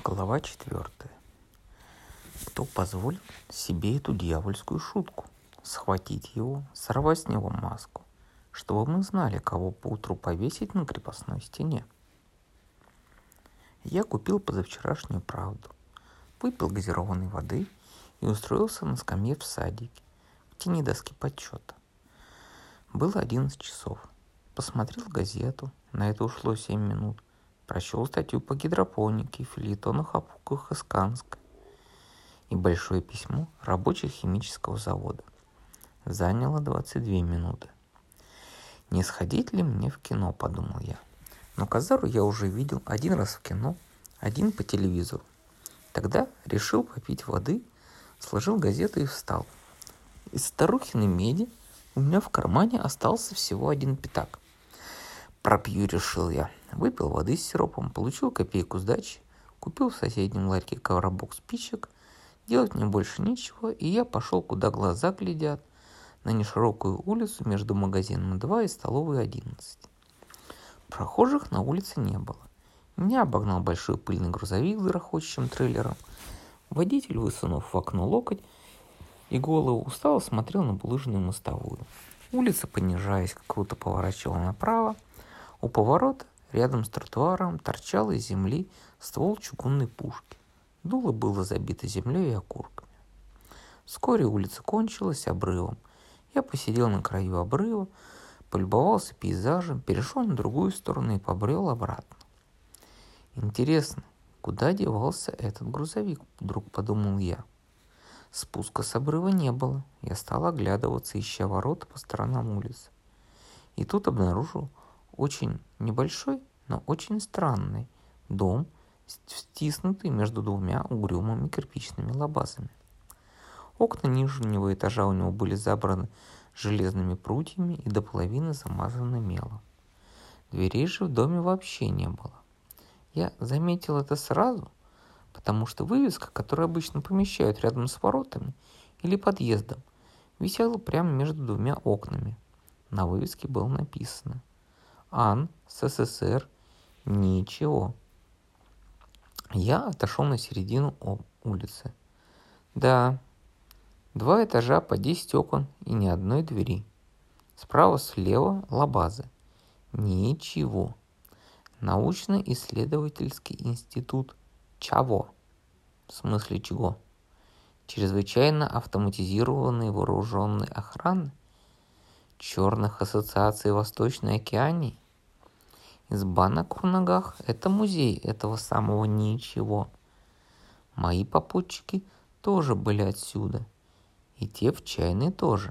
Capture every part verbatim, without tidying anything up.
Глава четвертая. Кто позволил себе эту дьявольскую шутку? Схватить его, сорвать с него маску, чтобы мы знали, кого поутру повесить на крепостной стене. Я купил позавчерашнюю правду, выпил газированной воды и устроился на скамье в садике, в тени доски почета. Было одиннадцать часов. Посмотрел газету, на это ушло семь минут. Прочел статью по гидропонике, фельетонах о пуках из Канска и большое письмо рабочих химического завода. Заняло двадцать две минуты. Не сходить ли мне в кино, подумал я. Но Казару я уже видел один раз в кино, один по телевизору. Тогда решил попить воды, сложил газету и встал. Из старухиной меди у меня в кармане остался всего один пятак. Пропью, решил я. Выпил воды с сиропом, получил копейку сдачи, купил в соседнем ларьке коробок спичек. Делать мне больше нечего, и я пошел, куда глаза глядят, на неширокую улицу между магазином два и столовой одиннадцать. Прохожих на улице не было. Меня обогнал большой пыльный грузовик с грохочущим трейлером. Водитель, высунув в окно локоть и голову, устало смотрел на булыжную мостовую. Улица, понижаясь, круто поворачивала направо. У поворота, рядом с тротуаром, торчал из земли ствол чугунной пушки. Дуло было забито землей и окурками. Вскоре улица кончилась обрывом. Я посидел на краю обрыва, полюбовался пейзажем, перешел на другую сторону и побрел обратно. Интересно, куда девался этот грузовик, вдруг подумал я. Спуска с обрыва не было. Я стал оглядываться, ища ворота по сторонам улицы. И тут обнаружил очень небольшой, но очень странный дом, стиснутый между двумя угрюмыми кирпичными лабазами. Окна нижнего этажа у него были забраны железными прутьями и до половины замазаны мелом. Дверей же в доме вообще не было. Я заметил это сразу, потому что вывеска, которую обычно помещают рядом с воротами или подъездом, висела прямо между двумя окнами. На вывеске было написано: Ан, СССР, ничего. Я отошел на середину улицы. Да, два этажа по десять окон и ни одной двери. Справа-слева лабазы. Ничего. Научно-исследовательский институт. Чего? В смысле чего? Чрезвычайно автоматизированной вооруженной охраны? Черных ассоциаций Восточной Океании? Изба на Курнагах – это музей этого самого ничего. Мои попутчики тоже были отсюда, и те в чайной тоже.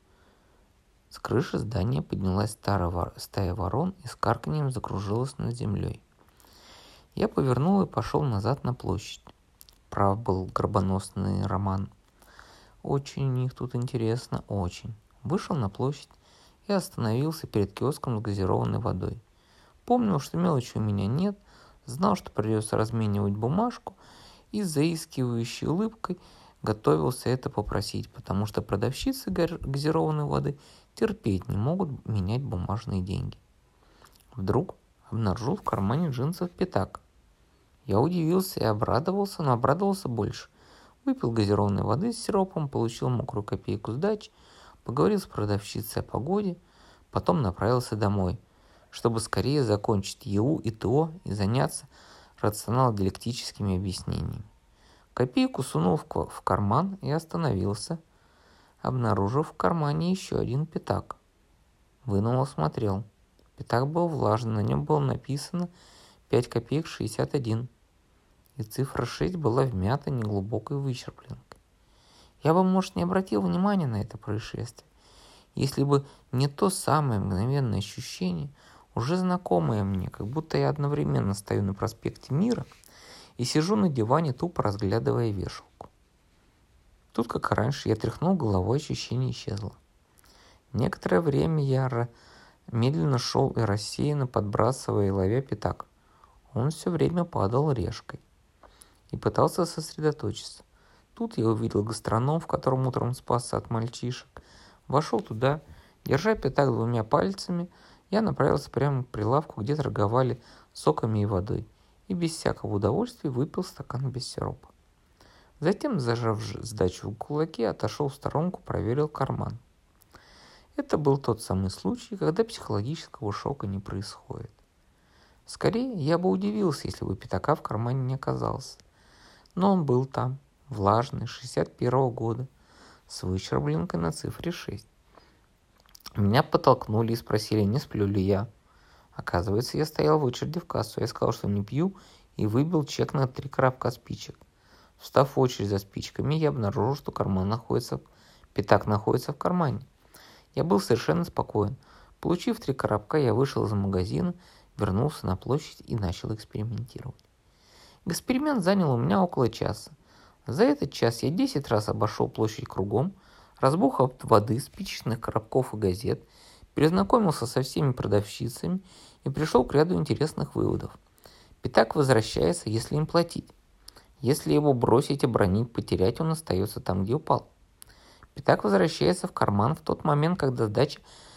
С крыши здания поднялась стая ворон и с карканьем закружилась над землей. Я повернул и пошел назад на площадь. Прав был горбоносный Роман. Очень у них тут интересно, очень. Вышел на площадь и остановился перед киоском с газированной водой. Помнил, что мелочи у меня нет, знал, что придется разменивать бумажку, и с заискивающей улыбкой готовился это попросить, потому что продавщицы газированной воды терпеть не могут менять бумажные деньги. Вдруг обнаружил в кармане джинсов пятак. Я удивился и обрадовался, но обрадовался больше. Выпил газированной воды с сиропом, получил мокрую копейку сдачи, поговорил с продавщицей о погоде, потом направился домой, чтобы скорее закончить ЕУ и ТО и заняться рационал-диалектическими объяснениями. Копейку сунул в карман и остановился, обнаружив в кармане еще один пятак. Вынул, осмотрел. Пятак был влажный, на нем было написано пять копеек шестьдесят один, и цифра шесть была вмята неглубокой вычерпленкой. Я бы, может, не обратил внимания на это происшествие, если бы не то самое мгновенное ощущение, уже знакомое мне, как будто я одновременно стою на проспекте Мира и сижу на диване, тупо разглядывая вешалку. Тут, как и раньше, я тряхнул головой, ощущение исчезло. Некоторое время я медленно шел и рассеянно подбрасывая и ловя пятак. Он все время падал решкой и пытался сосредоточиться. Тут я увидел гастроном, в котором утром спасся от мальчишек. Вошел туда, держа пятак двумя пальцами, я направился прямо к прилавку, где торговали соками и водой, и без всякого удовольствия выпил стакан без сиропа. Затем, зажав сдачу в кулаке, отошел в сторонку, проверил карман. Это был тот самый случай, когда психологического шока не происходит. Скорее, я бы удивился, если бы пятака в кармане не оказался. Но он был там, влажный, шестьдесят первого года, с выщербленкой на цифре шесть. Меня подтолкнули и спросили, не сплю ли я. Оказывается, я стоял в очереди в кассу. Я сказал, что не пью, и выбил чек на три коробка спичек. Встав в очередь за спичками, я обнаружил, что карман находится, пятак находится в кармане. Я был совершенно спокоен. Получив три коробка, я вышел из магазина, вернулся на площадь и начал экспериментировать. Эксперимент занял у меня около часа. За этот час я десять раз обошел площадь кругом, разбух от воды, спичечных коробков и газет, перезнакомился со всеми продавщицами и пришел к ряду интересных выводов. Пятак возвращается, если им платить. Если его бросить, обронить, потерять, он остается там, где упал. Пятак возвращается в карман в тот момент, когда сдача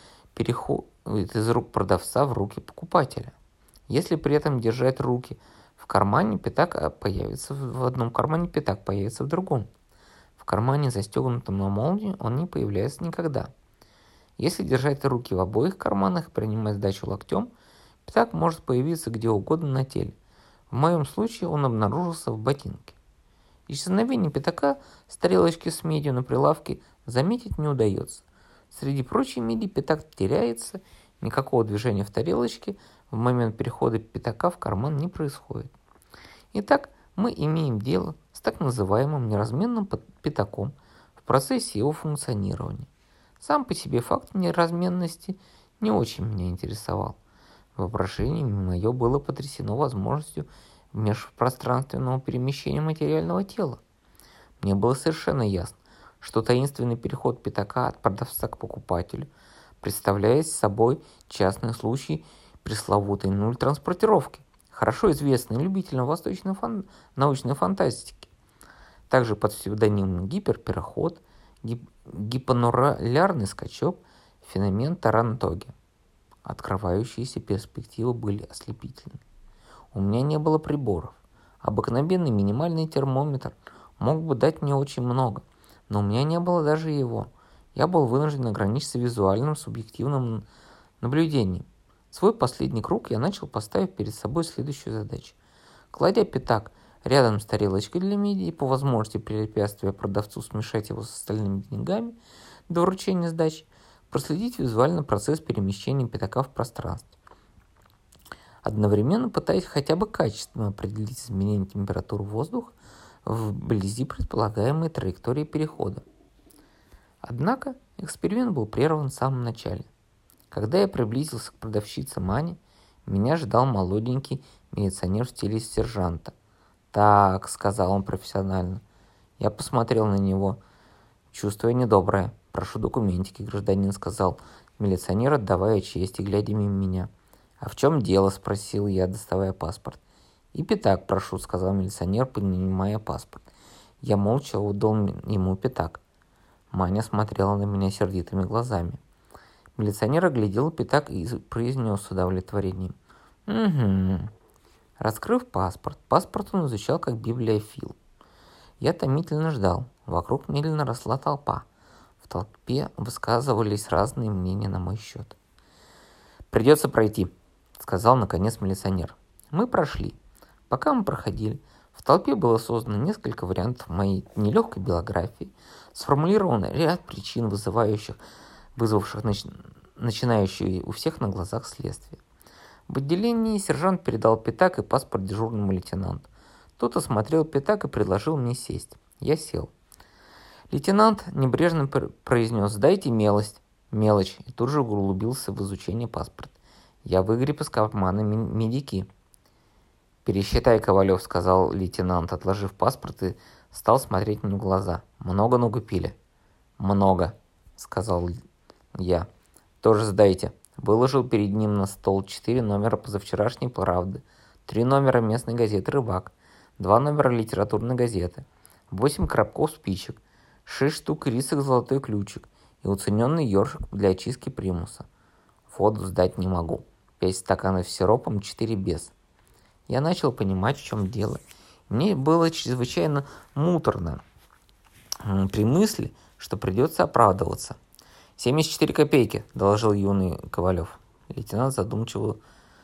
переходит из рук продавца в руки покупателя. Если при этом держать руки в кармане, пятак появится в одном кармане, пятак появится в другом. В кармане, застегнутом на молнию, он не появляется никогда. Если держать руки в обоих карманах и принимать сдачу локтем, пятак может появиться где угодно на теле. В моем случае он обнаружился в ботинке. Исчезновение пятака с тарелочки с медью на прилавке заметить не удается. Среди прочей меди пятак теряется, никакого движения в тарелочке в момент перехода пятака в карман не происходит. Итак, мы имеем дело с так называемым неразменным пятаком в процессе его функционирования. Сам по себе факт неразменности не очень меня интересовал. Воображение мое было потрясено возможностью межпространственного перемещения материального тела. Мне было совершенно ясно, что таинственный переход пятака от продавца к покупателю представляет собой частный случай пресловутой нуль-транспортировки, хорошо известный любителям восточной фан... научной фантастики. Также под псевдонимом гиперпереход, гип... гипонуралярный скачок, феномен Тарантоги. Открывающиеся перспективы были ослепительны. У меня не было приборов. Обыкновенный минимальный термометр мог бы дать мне очень много, но у меня не было даже его. Я был вынужден ограничиться визуальным субъективным наблюдением. Свой последний круг я начал, поставив перед собой следующую задачу. Кладя пятак рядом с тарелочкой для меди и по возможности препятствуя продавцу смешать его с остальными деньгами до вручения сдачи, проследить визуально процесс перемещения пятака в пространстве, одновременно пытаясь хотя бы качественно определить изменение температуры воздуха вблизи предполагаемой траектории перехода. Однако эксперимент был прерван в самом начале. Когда я приблизился к продавщице Мане, меня ждал молоденький милиционер в стиле сержанта. «Так», — сказал он профессионально. Я посмотрел на него, чувствуя недоброе. «Прошу документики, гражданин», — сказал милиционер, отдавая честь и глядя мимо меня. «А в чем дело?» — спросил я, доставая паспорт. «И пятак, прошу», — сказал милиционер, поднимая паспорт. Я молча отдал ему пятак. Маня смотрела на меня сердитыми глазами. Милиционер оглядел пятак и произнес с удовлетворением. «Угу». Раскрыв паспорт, паспорт он изучал как библиофил. Я томительно ждал. Вокруг медленно росла толпа. В толпе высказывались разные мнения на мой счет. «Придется пройти», — сказал наконец милиционер. Мы прошли. Пока мы проходили, в толпе было создано несколько вариантов моей нелегкой биографии, сформулирован ряд причин, вызывающих, вызвавших нач... начинающие у всех на глазах следствие. В отделении сержант передал пятак и паспорт дежурному лейтенанту. Тот осмотрел пятак и предложил мне сесть. Я сел. Лейтенант небрежно произнес: «Дайте мелость». Мелочь, и тут же углубился в изучение паспорта. Я выгреб из кармана медики. «Пересчитай, Ковалев», — сказал лейтенант, отложив паспорт и стал смотреть мне в глаза. «Много нагупили?» «Много», — сказал я. «Тоже сдайте». Выложил перед ним на стол четыре номера позавчерашней «Правды», три номера местной газеты «Рыбак», два номера литературной газеты, восемь коробков спичек, шесть штук рисок «Золотой ключик» и уцененный ёршик для очистки примуса. Воду сдать не могу. Пять стаканов с сиропом, четыре без. Я начал понимать, в чем дело. Мне было чрезвычайно муторно при мысли, что придется оправдываться. «семьдесят четыре копейки», — доложил юный Ковалев. Лейтенант задумчиво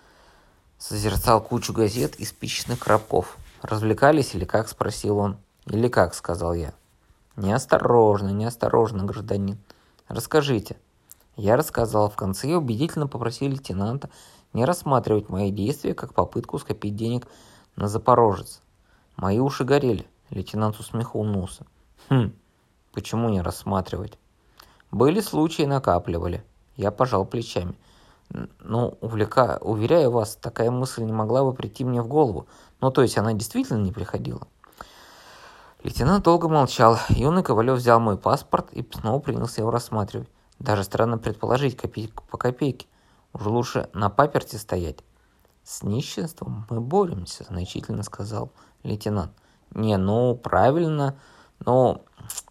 созерцал кучу газет и спичечных коробков. «Развлекались или как?» — спросил он. «Или как?» — сказал я. «Неосторожно, неосторожно, гражданин. Расскажите». Я рассказал. В конце я убедительно попросил лейтенанта не рассматривать мои действия как попытку скопить денег на Запорожец. Мои уши горели. Лейтенант усмехнулся. «Хм, почему не рассматривать?» «Были случаи, накапливали». Я пожал плечами. «Ну, увлека... уверяю вас, такая мысль не могла бы прийти мне в голову. Ну, то есть она действительно не приходила». Лейтенант долго молчал. Юный Ковалев взял мой паспорт и снова принялся его рассматривать. Даже странно предположить, копейку по копейке. Уже лучше на паперти стоять. «С нищенством мы боремся», — значительно сказал лейтенант. «Не, ну, правильно, но...»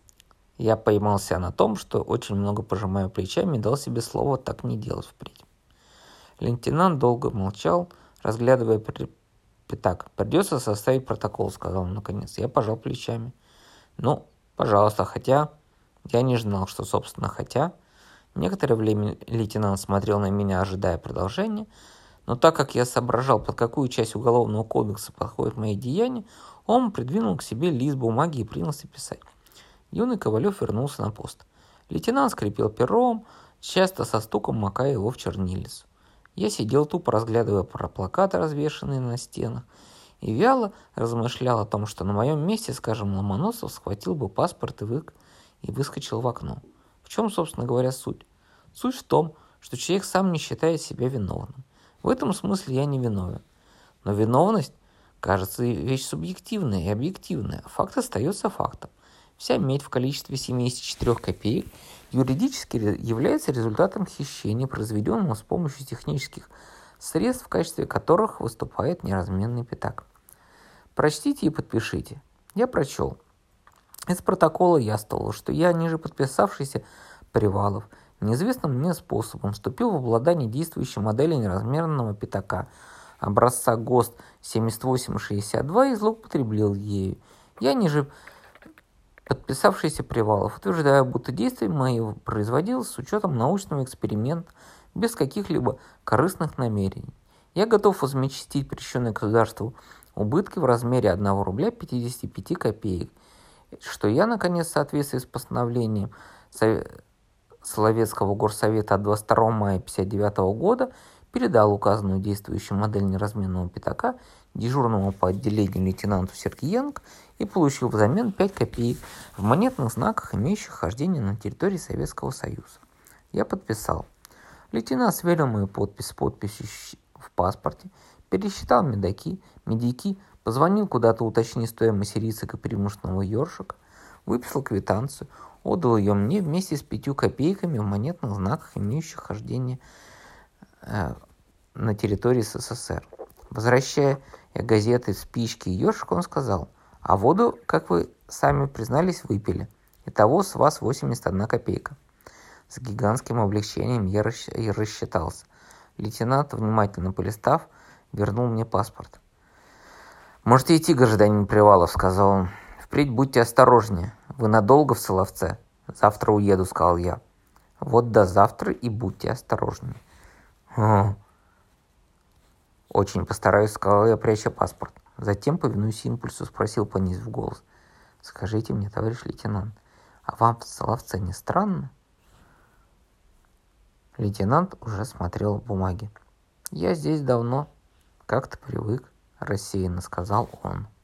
Я поймался на том, что очень много пожимаю плечами и дал себе слово так не делать впредь. Лейтенант долго молчал, разглядывая при... пятак. «Придется составить протокол», — сказал он наконец. Я пожал плечами. «Ну, пожалуйста, хотя...» Я не знал, что, собственно, хотя... Некоторое время лейтенант смотрел на меня, ожидая продолжения, но так как я соображал, под какую часть Уголовного кодекса подходят мои деяния, он придвинул к себе лист бумаги и принялся писать. Юный Ковалев вернулся на пост. Лейтенант скрипел пером, часто со стуком макая его в чернильницу. Я сидел тупо, разглядывая плакаты, развешанные на стенах, и вяло размышлял о том, что на моем месте, скажем, Ломоносов схватил бы паспорт и, вы... и выскочил в окно. В чем, собственно говоря, суть? Суть в том, что человек сам не считает себя виновным. В этом смысле я не виновен. Но виновность, кажется, вещь субъективная и объективная. Факт остается фактом. Вся медь в количестве семидесяти четырёх копеек юридически является результатом хищения, произведенного с помощью технических средств, в качестве которых выступает неразменный пятак. Прочтите и подпишите. Я прочел. Из протокола яствовало, что я, ниже подписавшийся Привалов, неизвестным мне способом вступил в обладание действующей моделью неразмерного пятака образца ГОСТ семьдесят восемь шестьдесят два и злоупотребил ею. Я, ниже подписавшийся Привалов, утверждаю, будто действие мое производилось с учетом научного эксперимента без каких-либо корыстных намерений. Я готов возместить причиненные государству убытки в размере одного рубля пятидесяти пяти копеек, что я, наконец, в соответствии с постановлением Соловецкого горсовета от двадцать второго мая тысяча девятьсот пятьдесят девятого года передал указанную действующую модель неразменного пятака дежурному по отделению лейтенанту Сергеенко и получил взамен пять копеек в монетных знаках, имеющих хождение на территории Советского Союза. Я подписал. Лейтенант сверил мою подпись с подписью в паспорте, пересчитал медяки, медяки, позвонил куда-то уточнить стоимость рицика преимущественного ёршика, выписал квитанцию, отдал ее мне вместе с пятью копейками в монетных знаках, имеющих хождение э, на территории СССР. Возвращая газеты, спички и ёршик, он сказал: «А воду, как вы сами признались, выпили. Итого с вас восемьдесят одна копейка». С гигантским облегчением я рассчитался. Лейтенант, внимательно полистав, вернул мне паспорт. «Можете идти, гражданин Привалов», — сказал он. «Впредь будьте осторожнее. Вы надолго в Соловце?» «Завтра уеду», — сказал я. «Вот до завтра и будьте осторожнее». «О, очень постараюсь», — сказал я, пряча паспорт. Затем, повинуясь импульсу, спросил, понизив голос: «Скажите мне, товарищ лейтенант, а вам в Соловце не странно?» Лейтенант уже смотрел в бумаги. «Я здесь давно, как-то привык», — рассеянно сказал он.